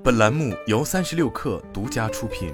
本栏目由36氪独家出品。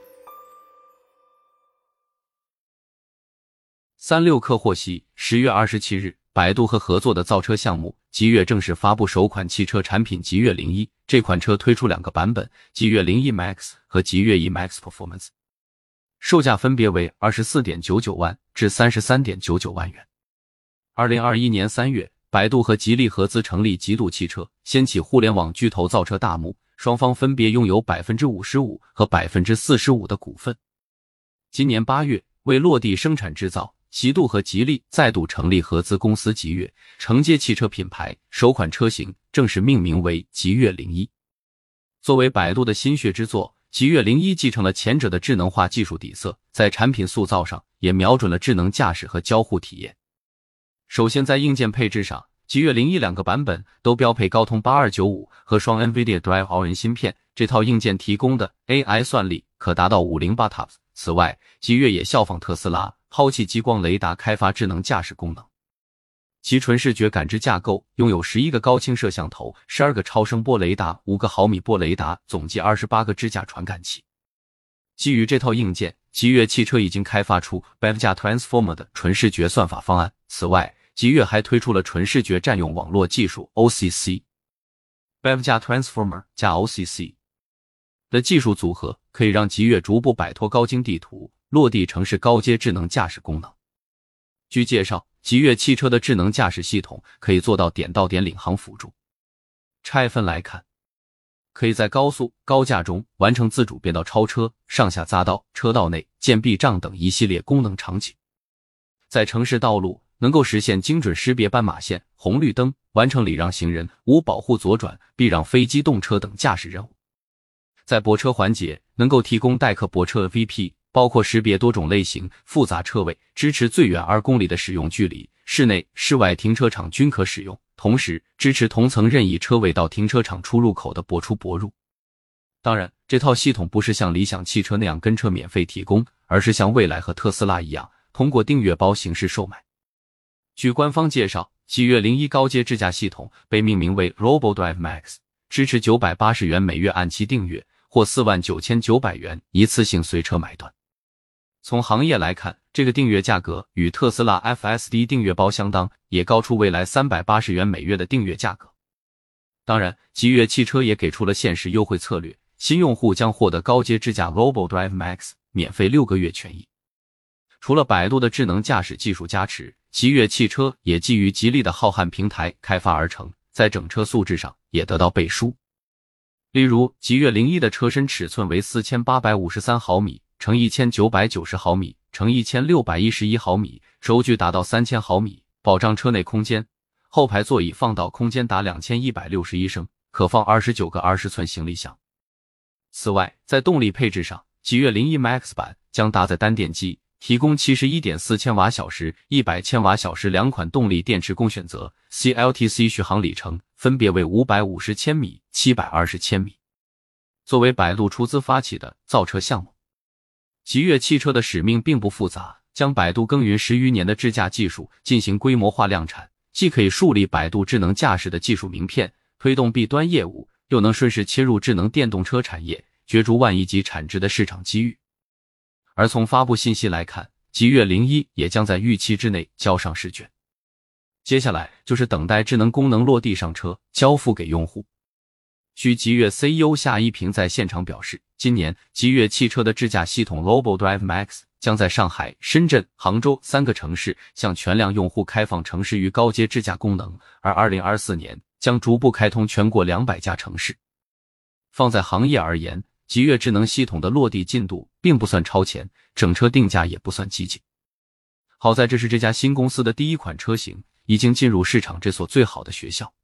36氪获悉，10月27日，百度和合作的造车项目极越正式发布首款汽车产品极越01，这款车推出2个版本，极越01 Max 和极越1 Max Performance， 售价分别为 24.99 万至 33.99 万元。2021年3月，百度和吉利合资成立极度汽车，掀起互联网巨头造车大幕，双方分别拥有 55% 和 45% 的股份。今年8月，为落地生产制造，极度和吉利再度成立合资公司极越，承接汽车品牌，首款车型正式命名为极越01。作为百度的心血之作，极越01继承了前者的智能化技术底色，在产品塑造上也瞄准了智能驾驶和交互体验。首先在硬件配置上，极越012个版本都标配高通8295和双 NVIDIA Drive Orin 芯片，这套硬件提供的 AI 算力可达到508 TOPS。此外，极越也效仿特斯拉，抛弃激光雷达开发智能驾驶功能。其纯视觉感知架构拥有11个高清摄像头、12个超声波雷达、5个毫米波雷达，总计28个支架传感器。基于这套硬件，极越汽车已经开发出 BEVCA Transformer 的纯视觉算法方案。此外，极越还推出了纯视觉占用网络技术 OCC。BEVCA Transformer 加 OCC 的技术组合可以让极越逐步摆脱高精地图，落地城市高阶智能驾驶功能。据介绍，极越汽车的智能驾驶系统可以做到点到点领航辅助。拆分来看，可以在高速、高架中完成自主变道超车、上下匝道、车道内建避障等一系列功能场景。在城市道路能够实现精准识别斑马线、红绿灯，完成礼让行人、无保护左转、避让非机动车等驾驶任务。在泊车环节，能够提供代客泊车 VP， 包括识别多种类型、复杂车位，支持最远2公里的使用距离，室内、室外停车场均可使用，同时支持同层任意车位到停车场出入口的泊出泊入。当然，这套系统不是像理想汽车那样跟车免费提供，而是像蔚来和特斯拉一样，通过订阅包形式售卖。据官方介绍，极越01高阶智驾系统被命名为 RoboDrive Max， 支持980元每月按期订阅，或49900元一次性随车买断。从行业来看，这个订阅价格与特斯拉 FSD 订阅包相当，也高出蔚来380元每月的订阅价格。当然，极越汽车也给出了限时优惠策略，新用户将获得高阶智驾 RoboDrive Max 免费6个月权益。除了百度的智能驾驶技术加持，极越汽车也基于吉利的浩瀚平台开发而成，在整车素质上也得到背书。例如，极越01的车身尺寸为4853毫米乘1990毫米乘1611毫米，轴距达到3000毫米，保障车内空间。后排座椅放倒空间达2161升，可放29个20寸行李箱。此外，在动力配置上，极越01 Max 版将搭载单电机，提供 71.4 千瓦小时、100千瓦小时2款动力电池供选择， CLTC 续航里程分别为550千米、720千米。作为百度出资发起的造车项目，极越汽车的使命并不复杂，将百度耕耘10余年的智驾技术进行规模化量产，既可以树立百度智能驾驶的技术名片，推动 B 端业务，又能顺势切入智能电动车产业，角逐万亿级产值的市场机遇。而从发布信息来看，极越01也将在预期之内交上试卷。接下来就是等待智能功能落地上车，交付给用户。据极越 CEO 夏一平在现场表示，今年极越汽车的智驾系统 RoboDrive Max 将在上海、深圳、杭州3个城市向全量用户开放城市域高阶智驾功能，而2024年将逐步开通全国200家城市。放在行业而言，极越智能系统的落地进度并不算超前，整车定价也不算激进。好在这是这家新公司的第1款车型，已经进入市场这所最好的学校。